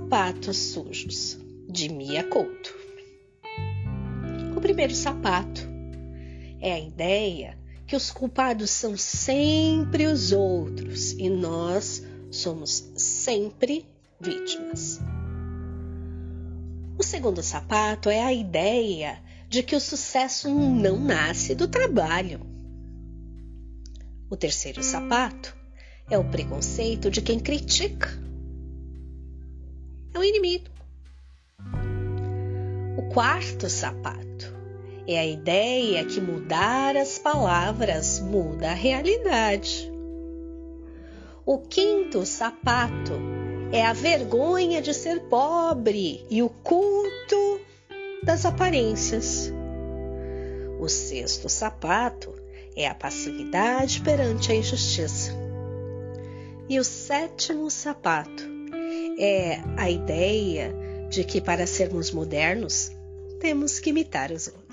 sapatos sujos, de Mia Couto. O primeiro sapato é a ideia que os culpados são sempre os outros e nós somos sempre vítimas. O segundo sapato é a ideia de que o sucesso não nasce do trabalho. O terceiro sapato é o preconceito de quem critica. É o inimigo. O quarto sapato é a ideia que mudar as palavras muda a realidade. O quinto sapato é a vergonha de ser pobre e o culto das aparências. O sexto sapato é a passividade perante a injustiça. E o sétimo sapato é a ideia de que para sermos modernos temos que imitar os outros.